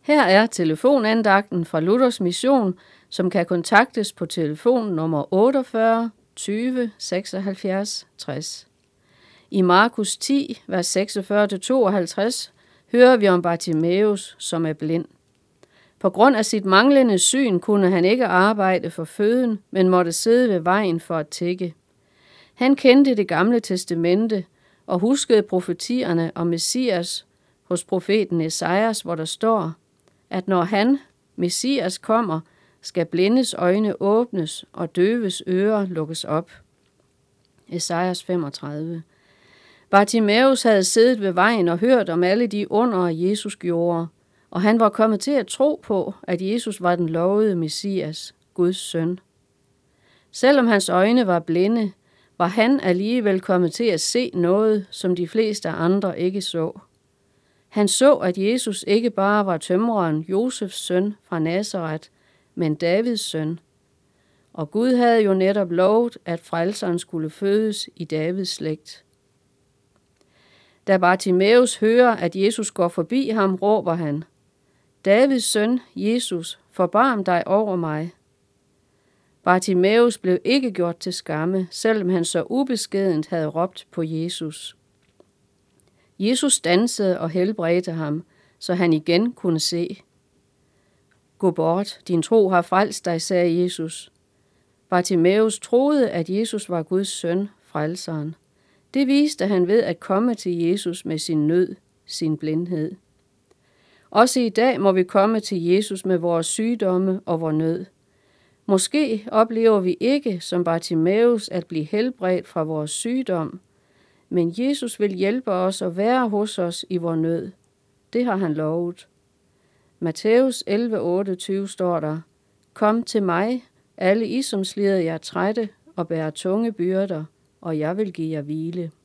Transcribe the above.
Her er telefonandagten fra Luthers Mission, som kan kontaktes på telefon nummer 48 20 76 60. I Markus 10, vers 46-52, hører vi om Bartimæus, som er blind. På grund af sit manglende syn kunne han ikke arbejde for føden, men måtte sidde ved vejen for at tigge. Han kendte det gamle testamente og huskede profetierne om Messias hos profeten Esajas, hvor der står, at når han, Messias, kommer, skal blindes øjne åbnes og døves ører lukkes op. Esajas 35. Bartimæus havde siddet ved vejen og hørt om alle de under, Jesus gjorde, og han var kommet til at tro på, at Jesus var den lovede Messias, Guds søn. Selvom hans øjne var blinde, var han alligevel kommet til at se noget, som de fleste andre ikke så. Han så, at Jesus ikke bare var tømreren Josefs søn fra Nazaret, men Davids søn. Og Gud havde jo netop lovet, at frelseren skulle fødes i Davids slægt. Da Bartimæus hører, at Jesus går forbi ham, råber han, Davids søn, Jesus, forbarm dig over mig. Bartimæus blev ikke gjort til skamme, selvom han så ubeskedent havde råbt på Jesus. Jesus standsede og helbredte ham, så han igen kunne se. Gå bort, din tro har frelst dig, sagde Jesus. Bartimæus troede, at Jesus var Guds søn, frelseren. Det viste han ved at komme til Jesus med sin nød, sin blindhed. Også i dag må vi komme til Jesus med vores sygdomme og vor nød. Måske oplever vi ikke som Bartimæus at blive helbredt fra vores sygdom, men Jesus vil hjælpe os og være hos os i vor nød. Det har han lovet. Matthæus 11:28 står der, Kom til mig, alle I som slider jer trætte og bærer tunge byrder, og jeg vil give jer hvile.